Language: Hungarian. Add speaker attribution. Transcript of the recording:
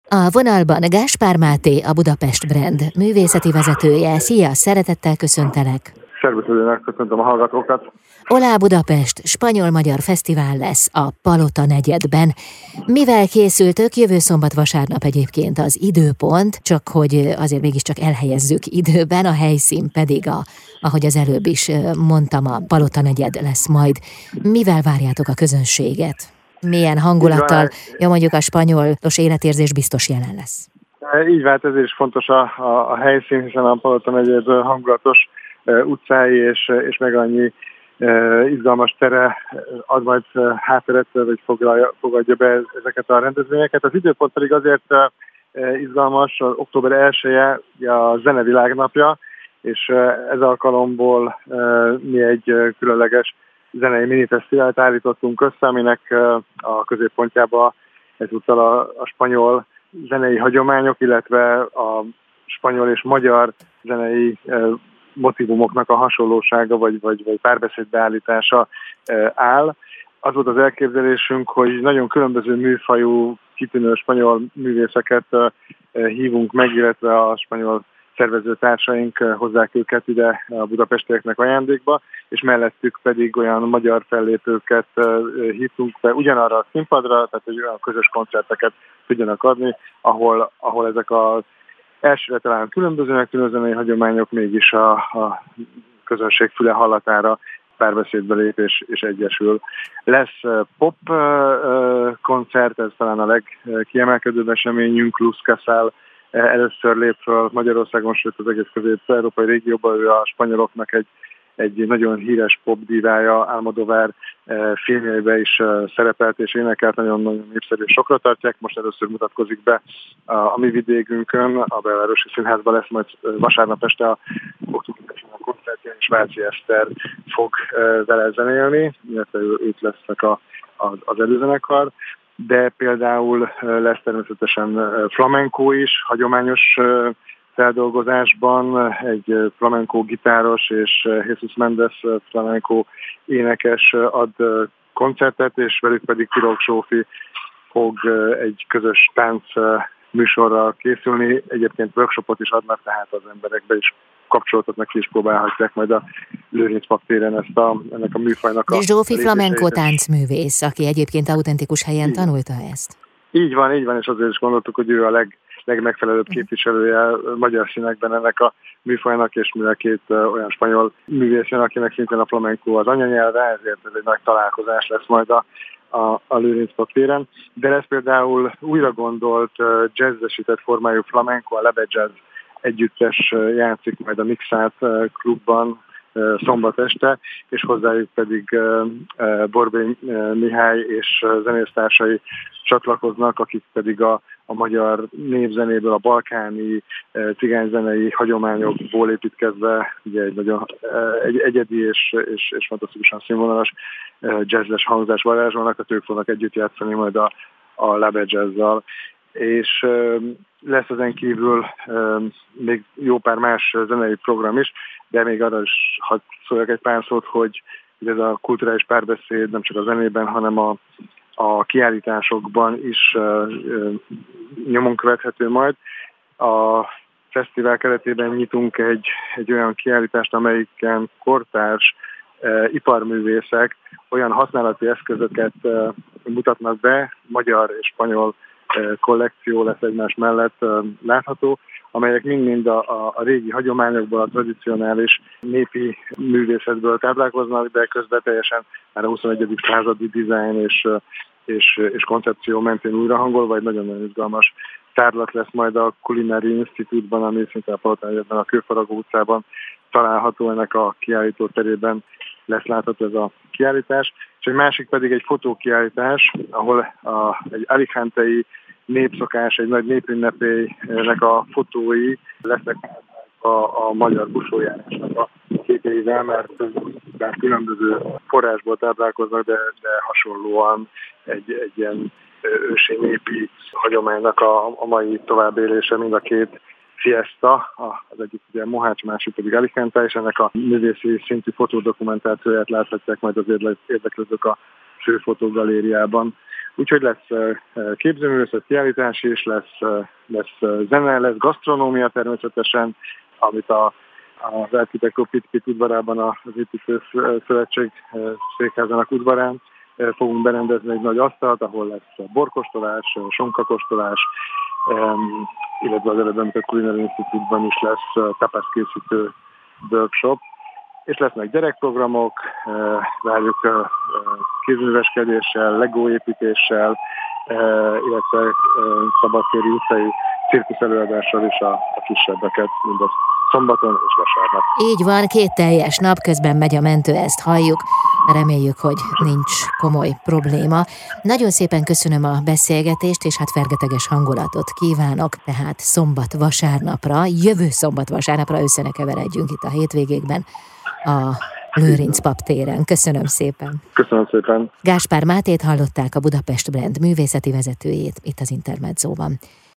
Speaker 1: A vonalban Gáspár Máté, a Budapest Brand művészeti vezetője. Szia, szeretettel köszöntelek!
Speaker 2: Szervusz, köszöntöm a hallgatókat!
Speaker 1: Olá Budapest, spanyol-magyar fesztivál lesz a Palota negyedben. Mivel készültök? Jövő szombat-vasárnap egyébként az időpont, csak hogy azért mégiscsak elhelyezzük időben, a helyszín pedig, ahogy az előbb is mondtam, a Palota negyed lesz majd. Mivel várjátok a közönséget? Milyen hangulattal? Ja, mondjuk a spanyolos életérzés biztos jelen lesz.
Speaker 2: Így vált, ezért is fontos a helyszín, hiszen a Palota negyed hangulatos utcái és meg annyi izgalmas tere ad majd hátteret, vagy fogadja be ezeket a rendezvényeket. Az időpont pedig azért izgalmas, október 1-e a Zenevilágnapja, és ez alkalomból mi egy különleges zenei minifesztivált állítottunk össze, aminek a középpontjába ezúttal a spanyol zenei hagyományok, illetve a spanyol és magyar zenei motívumoknak a hasonlósága vagy párbeszédbeállítása áll. Az volt az elképzelésünk, hogy nagyon különböző műfajú, kitűnő spanyol művészeket hívunk meg, illetve a spanyol szervezőtársaink hozzák őket ide a budapestieknek ajándékba, és mellettük pedig olyan magyar fellépőket hívtunk be ugyanarra a színpadra, tehát hogy olyan közös koncerteket tudjanak adni, ahol ezek az elsőre talán különbözőnek tűnő zenei hagyományok mégis a közönség füle hallatára párbeszédbe lép és egyesül. Lesz pop koncert, ez talán a legkiemelkedőbb eseményünk. Luz Casal először lép föl Magyarországon, sőt az egész közép-európai régióban. Ő a spanyoloknak egy nagyon híres popdívája, Almodóvar filmjeiben is szerepelt és énekelt, nagyon-nagyon népszerű, sokra tartják. Most először mutatkozik be a mi vidékünkön, a Belvárosi Színházban lesz majd vasárnap este a koncertjén, és Váci Eszter fog vele zenélni, illetve ők lesznek az előzenekar. De például lesz természetesen flamenco is, hagyományos feldolgozásban, egy flamenco gitáros és Jesus Mendes flamenco énekes ad koncertet, és velük pedig Pirog Zsófi fog egy közös tánc műsorral készülni. Egyébként workshopot is adnak, tehát az emberekbe is kapcsolódhatnak ki, és próbálhatják majd a Lőrinc Paptéren ennek a műfajnak a...
Speaker 1: De Zsófi flamenco táncművész, aki egyébként autentikus helyen tanulta ezt.
Speaker 2: Így van, és azért is gondoltuk, hogy ő a legmegfelelőbb képviselője magyar színekben ennek a műfajnak, és mivel két olyan spanyol művész jön, akinek szintén a flamenco az anyanyelve, ezért ez egy nagy találkozás lesz majd a Lőrinc Paptéren. De lesz például újra gondolt jazzesített formájú flamenco, a Lebe Jazz együttes játszik majd a Mixát klubban szombat este, és hozzájuk pedig Borbély Mihály és zenésztársai csatlakoznak, akik pedig a magyar népzenéből, a balkáni cigányzenei hagyományokból építkezve ugye egy nagyon egyedi és fantasztikusan színvonalas jazzes hangzás varázsolnak, tehát ők fognak együtt játszani majd a Lebe Jazz-zal. És lesz ezen kívül még jó pár más zenei program is, de még arra is hadd szóljak egy pár szót, hogy ez a kulturális párbeszéd nem csak a zenében, hanem a kiállításokban is nyomon követhető majd. A fesztivál keretében nyitunk egy olyan kiállítást, amelyiken kortárs iparművészek olyan használati eszközöket mutatnak be, magyar és spanyol kollekció lesz egymás mellett látható, amelyek mind-mind a régi hagyományokból, a tradicionális népi művészetből táplálkoznak, de közben teljesen már a 21. századi dizájn és koncepció mentén újrahangolva, vagy nagyon-nagyon izgalmas tárlat lesz majd a Culinary Institute-ban, ami szintén a Palota negyedben, a Kőfaragó utcában található, ennek a kiállító terében lesz látható ez a kiállítás. És egy másik pedig egy fotókiállítás, ahol egy alicantei népszokás, egy nagy népünnepének a fotói lesznek a magyar busójárásnak a képeivel, mert különböző forrásból táplálkoznak, de hasonlóan egy ilyen ősi népi hagyománynak a mai továbbélése mind a két fiesta, az egyik ugye Mohács, másik pedig Alicante, és ennek a művészi szintű fotódokumentációját láthatják majd az érdeklődők a főfotógalériában, Úgyhogy lesz képzőművészet, kiállítás is, lesz zene, lesz gasztronómia természetesen, amit az Architecto Pit udvarában, az Építő Szövetség székházának udvarán fogunk berendezni egy nagy asztalt, ahol lesz borkóstolás, sonkakóstolás, illetve az előbb a Culinary Institute-ban is lesz tapas készítő workshop, és lesznek gyerekprogramok, várjuk kézműveskedéssel, Lego építéssel, illetve szabadtéri utcai cirkusz előadással is a kisebbeket, mindaz szombaton és vasárnap.
Speaker 1: Így van, 2 teljes nap, közben megy a mentő, ezt halljuk. Reméljük, hogy nincs komoly probléma. Nagyon szépen köszönöm a beszélgetést, és hát fergeteges hangulatot kívánok. Tehát szombat-vasárnapra, jövő szombat-vasárnapra össze ne keveredjünk itt a hétvégékben a Lőrinc pap téren. Köszönöm szépen.
Speaker 2: Köszönöm szépen.
Speaker 1: Gáspár Mátét hallották, a Budapest Brand művészeti vezetőjét itt az Intermedzóban.